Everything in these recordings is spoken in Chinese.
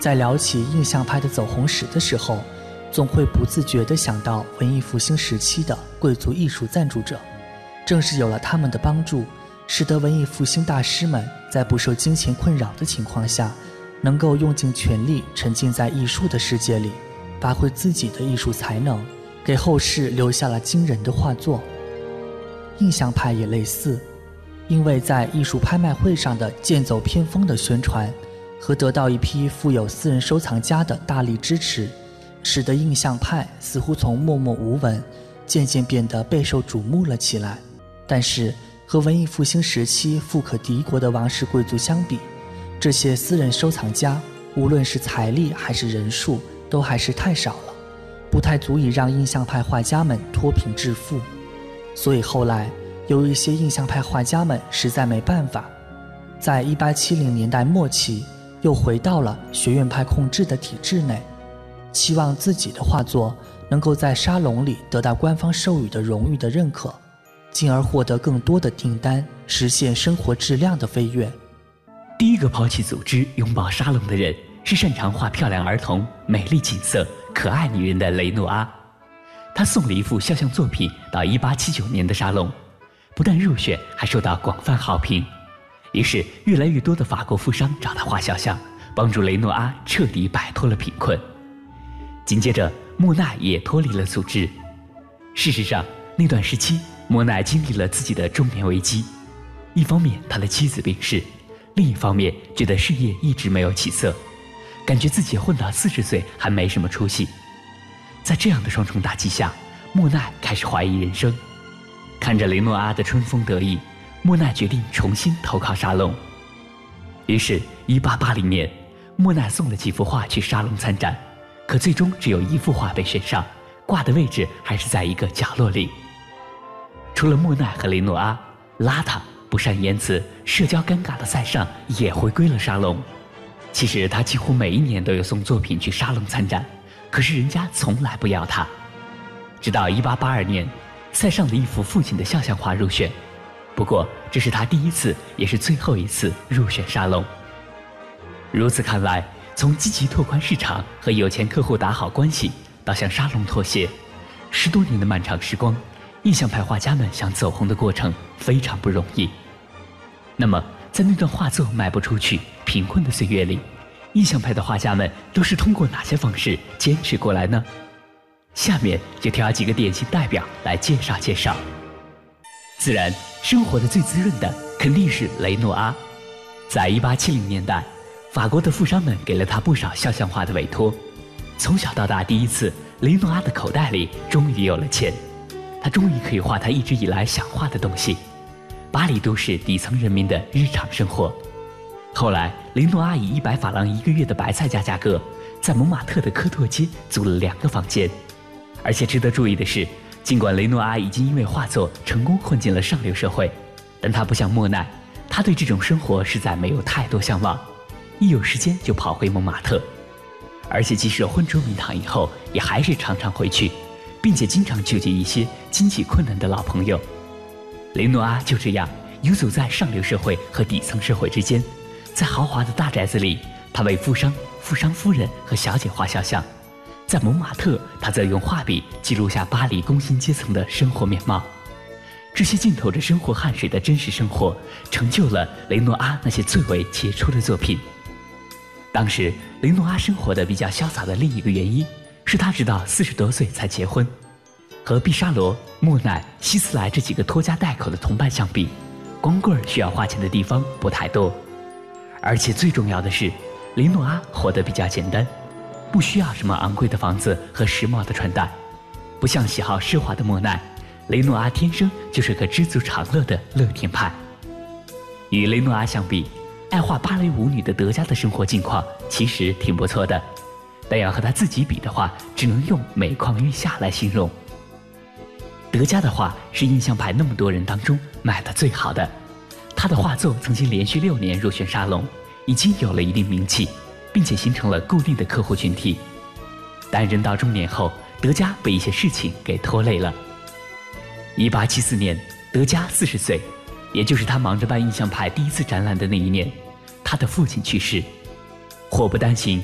在聊起印象派的走红史的时候，总会不自觉地想到文艺复兴时期的贵族艺术赞助者。正是有了他们的帮助，使得文艺复兴大师们在不受金钱困扰的情况下，能够用尽全力沉浸在艺术的世界里，发挥自己的艺术才能，给后世留下了惊人的画作。印象派也类似，因为在艺术拍卖会上的剑走偏锋的宣传和得到一批富有私人收藏家的大力支持，使得印象派似乎从默默无闻渐渐变得备受瞩目了起来。但是和文艺复兴时期富可敌国的王室贵族相比，这些私人收藏家无论是财力还是人数都还是太少了，不太足以让印象派画家们脱贫致富。所以后来有一些印象派画家们实在没办法，在1870年代末期又回到了学院派控制的体制内，期望自己的画作能够在沙龙里得到官方授予的荣誉的认可，进而获得更多的订单，实现生活质量的飞跃。 第一个抛弃组织拥抱沙龙的人是擅长画漂亮儿童、美丽景色、可爱女人的雷诺阿。他送了一幅肖像作品到1879年的沙龙，不但入选，还受到广泛好评。于是越来越多的法国富商找他画肖像，帮助雷诺阿彻底摆脱了贫困。紧接着莫奈也脱离了组织。事实上那段时期莫奈经历了自己的中年危机，一方面他的妻子病逝，另一方面觉得事业一直没有起色，感觉自己混到40岁还没什么出息。在这样的双重打击下，莫奈开始怀疑人生。看着雷诺阿的春风得意，莫奈决定重新投靠沙龙。于是1880年莫奈送了几幅画去沙龙参展，可最终只有一幅画被选上，挂的位置还是在一个角落里。除了莫奈和雷诺阿，邋遢、不善言辞、社交尴尬的塞尚也回归了沙龙。其实他几乎每一年都有送作品去沙龙参展，可是人家从来不要他。直到1882年，塞尚的一幅父亲的肖像画入选，不过这是他第一次也是最后一次入选沙龙。如此看来，从积极拓宽市场和有钱客户打好关系到向沙龙妥协，10多年的漫长时光，印象派画家们想走红的过程非常不容易。那么在那段画作卖不出去、贫困的岁月里，印象派的画家们都是通过哪些方式坚持过来呢？下面就挑几个典型代表来介绍介绍。自然，生活的最滋润的肯定是雷诺阿。在1870年代，法国的富商们给了他不少肖像画的委托。从小到大，第一次，雷诺阿的口袋里终于有了钱，他终于可以画他一直以来想画的东西——巴黎都市底层人民的日常生活。后来，雷诺阿以100法郎1个月的白菜价格，在蒙马特的科托街租了2个房间。而且值得注意的是，尽管雷诺阿已经因为画作成功混进了上流社会，但他不像莫奈，他对这种生活实在没有太多向往，一有时间就跑回蒙马特。而且即使混出名堂以后，也还是常常回去，并且经常救济一些经济困难的老朋友。雷诺阿就这样游走在上流社会和底层社会之间，在豪华的大宅子里，他为富商、富商夫人和小姐画肖像；在蒙马特，他则用画笔记录下巴黎工薪阶层的生活面貌。这些浸透着生活汗水的真实生活，成就了雷诺阿那些最为杰出的作品。当时雷诺阿生活的比较潇洒的另一个原因，是他直到40多岁才结婚。和毕沙罗、莫奈、希斯莱这几个拖家带口的同伴相比，光棍需要花钱的地方不太多。而且最重要的是，雷诺阿活得比较简单，不需要什么昂贵的房子和时髦的穿戴。不像喜好奢华的莫奈，雷诺阿天生就是个知足常乐的乐天派。与雷诺阿相比，爱画芭蕾舞女的德加的生活境况其实挺不错的，但要和他自己比的话，只能用每况愈下来形容。德加的画是印象派那么多人当中卖得最好的，他的画作曾经连续6年入选沙龙，已经有了一定名气，并且形成了固定的客户群体。但人到中年后，德加被一些事情给拖累了。1874年，德加40岁，也就是他忙着办印象派第一次展览的那一年，他的父亲去世。祸不单行，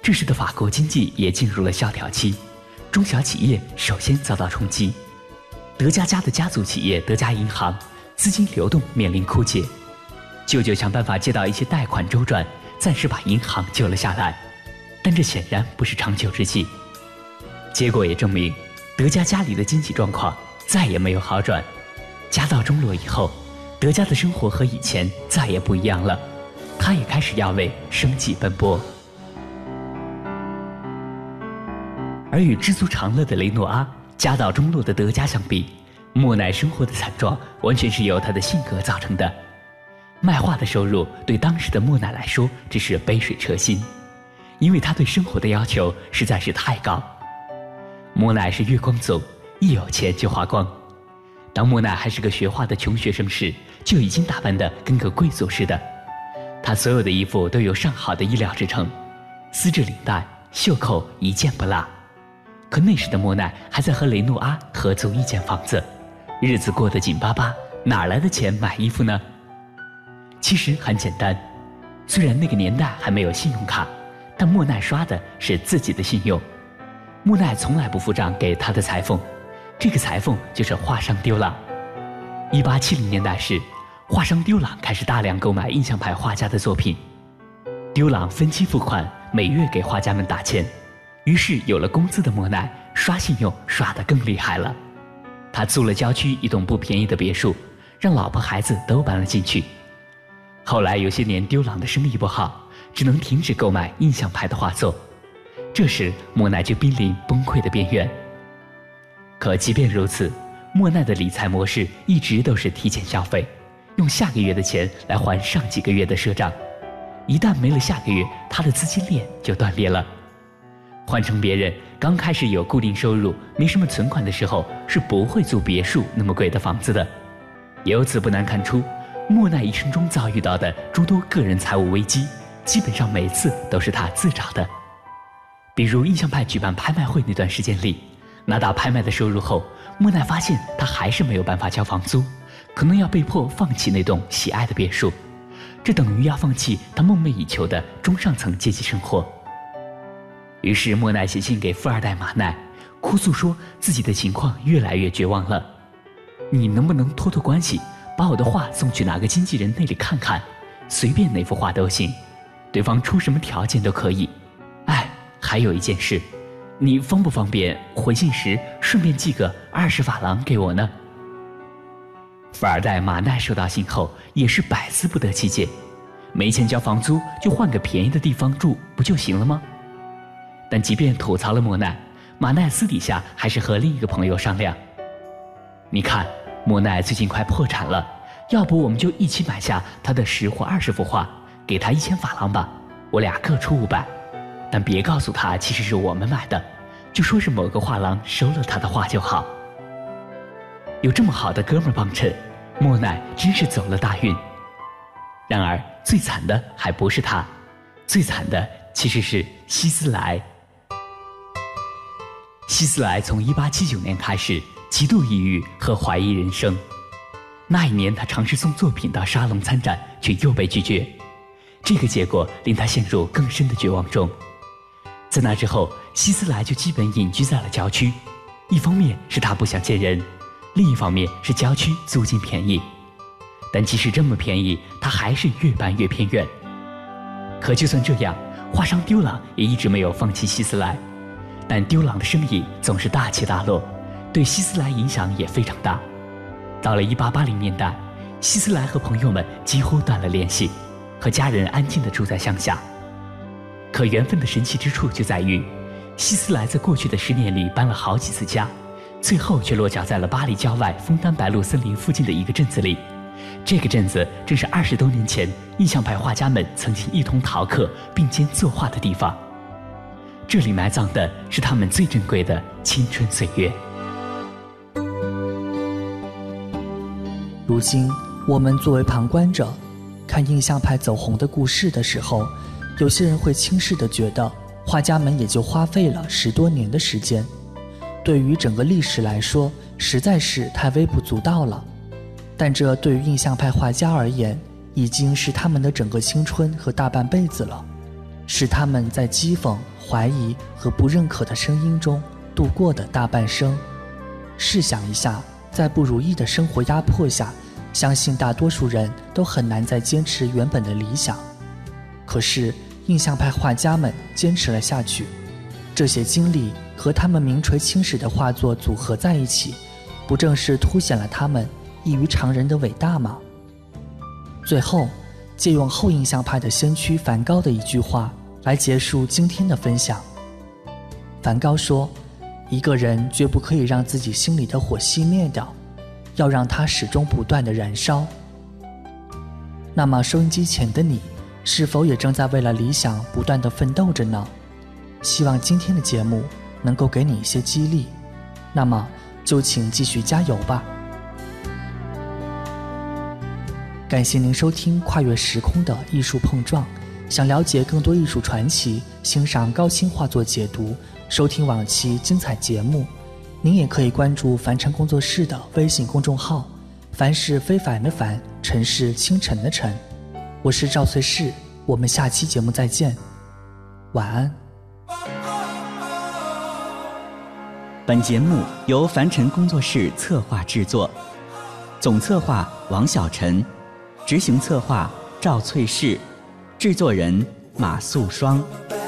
这时的法国经济也进入了萧条期，中小企业首先遭到冲击。德加家的家族企业德加银行资金流动面临枯竭，舅舅想办法借到一些贷款周转，暂时把银行救了下来，但这显然不是长久之计。结果也证明，德加家里的经济状况再也没有好转。家道中落以后，德加的生活和以前再也不一样了，他也开始要为生计奔波。而与知足常乐的雷诺阿、家道中落的德加相比，莫奈生活的惨状完全是由他的性格造成的。卖画的收入对当时的莫奈来说只是杯水车薪，因为他对生活的要求实在是太高。莫奈是月光族，一有钱就花光。当莫奈还是个学画的穷学生时，就已经打扮得跟个贵族似的。他所有的衣服都由上好的衣料制成，丝质领带、袖扣一件不落。可那时的莫奈还在和雷诺阿合租一间房子，日子过得紧巴巴，哪来的钱买衣服呢？其实很简单，虽然那个年代还没有信用卡，但莫奈刷的是自己的信用。莫奈从来不付账给他的裁缝，这个裁缝就是画商丢朗。1870年代时，画商丢朗开始大量购买印象派画家的作品。丢朗分期付款，每月给画家们打钱，于是有了工资的莫奈刷信用刷得更厉害了。他租了郊区一栋不便宜的别墅，让老婆孩子都搬了进去。后来有些年丢朗的生意不好，只能停止购买印象派的画作。这时莫奈就濒临崩溃的边缘。可即便如此，莫奈的理财模式一直都是提前消费，用下个月的钱来还上几个月的赊账。一旦没了下个月，他的资金链就断裂了。换成别人刚开始有固定收入、没什么存款的时候，是不会租别墅那么贵的房子的。由此不难看出，莫奈一生中遭遇到的诸多个人财务危机，基本上每次都是他自找的。比如印象派举办拍卖会那段时间里，拿到拍卖的收入后，莫奈发现他还是没有办法交房租，可能要被迫放弃那栋喜爱的别墅，这等于要放弃他梦寐以求的中上层阶级生活。于是莫奈写信给富二代马奈，哭诉说自己的情况越来越绝望了。你能不能托关系，把我的画送去哪个经纪人那里看看，随便哪幅画都行，对方出什么条件都可以。哎，还有一件事，你方不方便回信时顺便寄个20法郎给我呢？富二代马奈收到信后也是百思不得其解，没钱交房租就换个便宜的地方住不就行了吗？但即便吐槽了莫奈，马奈私底下还是和另一个朋友商量，你看莫奈最近快破产了，要不我们就一起买下他的10或20幅画，给他1000法郎吧，我俩各出500，但别告诉他其实是我们买的，就说是某个画廊收了他的画就好。有这么好的哥们儿帮衬，莫奈真是走了大运。然而最惨的还不是他，最惨的其实是希斯莱。希斯莱从1879年开始极度抑郁和怀疑人生。那一年他尝试送作品到沙龙参展，却又被拒绝，这个结果令他陷入更深的绝望中。在那之后，希斯莱就基本隐居在了郊区，一方面是他不想见人，另一方面是郊区租金便宜，但即使这么便宜，他还是越搬越偏远。可就算这样，画商丢朗也一直没有放弃希斯莱，但丢朗的生意总是大起大落，对希斯莱影响也非常大。到了1880年代，希斯莱和朋友们几乎断了联系，和家人安静地住在乡下。可缘分的神奇之处就在于，希斯莱在过去的10年里搬了好几次家，最后却落脚在了巴黎郊外枫丹白露森林附近的一个镇子里。这个镇子正是20多年前印象派画家们曾经一同逃课并肩作画的地方。这里埋葬的是他们最珍贵的青春岁月。 如今我们作为旁观者，看印象派走红的故事的时候，有些人会轻视地觉得画家们也就花费了10多年的时间，对于整个历史来说实在是太微不足道了。但这对于印象派画家而言，已经是他们的整个青春和大半辈子了，是他们在讥讽、 怀疑和不认可的声音中度过的大半生。试想一下，在不如意的生活压迫下，相信大多数人都很难再坚持原本的理想。可是印象派画家们坚持了下去，这些经历和他们名垂青史的画作组合在一起，不正是凸显了他们异于常人的伟大吗？最后，借用后印象派的先驱梵高的一句话来结束今天的分享。梵高说，一个人绝不可以让自己心里的火熄灭掉，要让它始终不断地燃烧。那么收音机前的你，是否也正在为了理想不断地奋斗着呢？希望今天的节目能够给你一些激励，那么就请继续加油吧。感谢您收听跨越时空的艺术碰撞。想了解更多艺术传奇，欣赏高清画作解读，收听往期精彩节目，您也可以关注凡尘工作室的微信公众号，凡是非凡的凡，尘是清晨的晨。我是赵翠氏，我们下期节目再见，晚安。 本节目由凡尘工作室策划制作，总策划王小晨，执行策划赵翠氏，制作人马素双。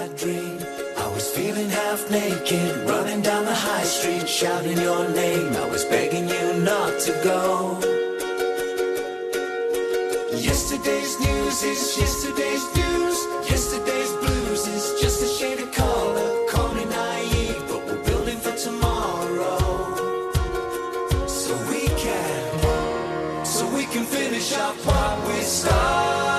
Yesterday's news is yesterday's news. Yesterday's blues is just a shade of color. Call me naive, but we're building for tomorrow. So we can finish up what we started.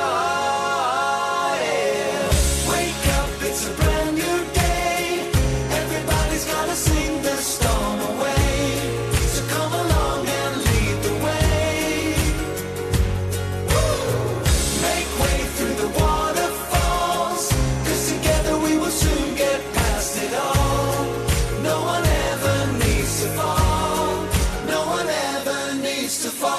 Wake up, it's a brand new day. Everybody's gotta sing the storm away. So come along and lead the way. Make way through the waterfalls, 'cause together we will soon get past it all. No one ever needs to fall. No one ever needs to fall.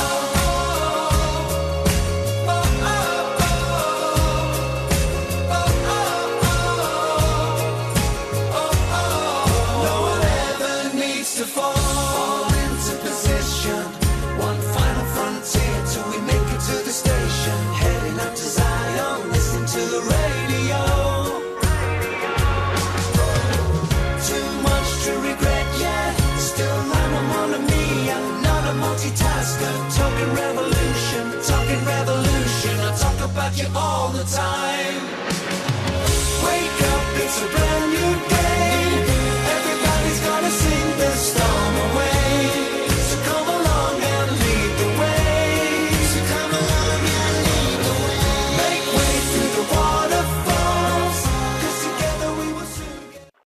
To fall into position, one final frontier till we make it to the station. Heading up to Zion, listening to the radio. Too much to regret yet, still I'm a mon ami. I'm not a multitasker. Talking revolution, I talk about you all the time.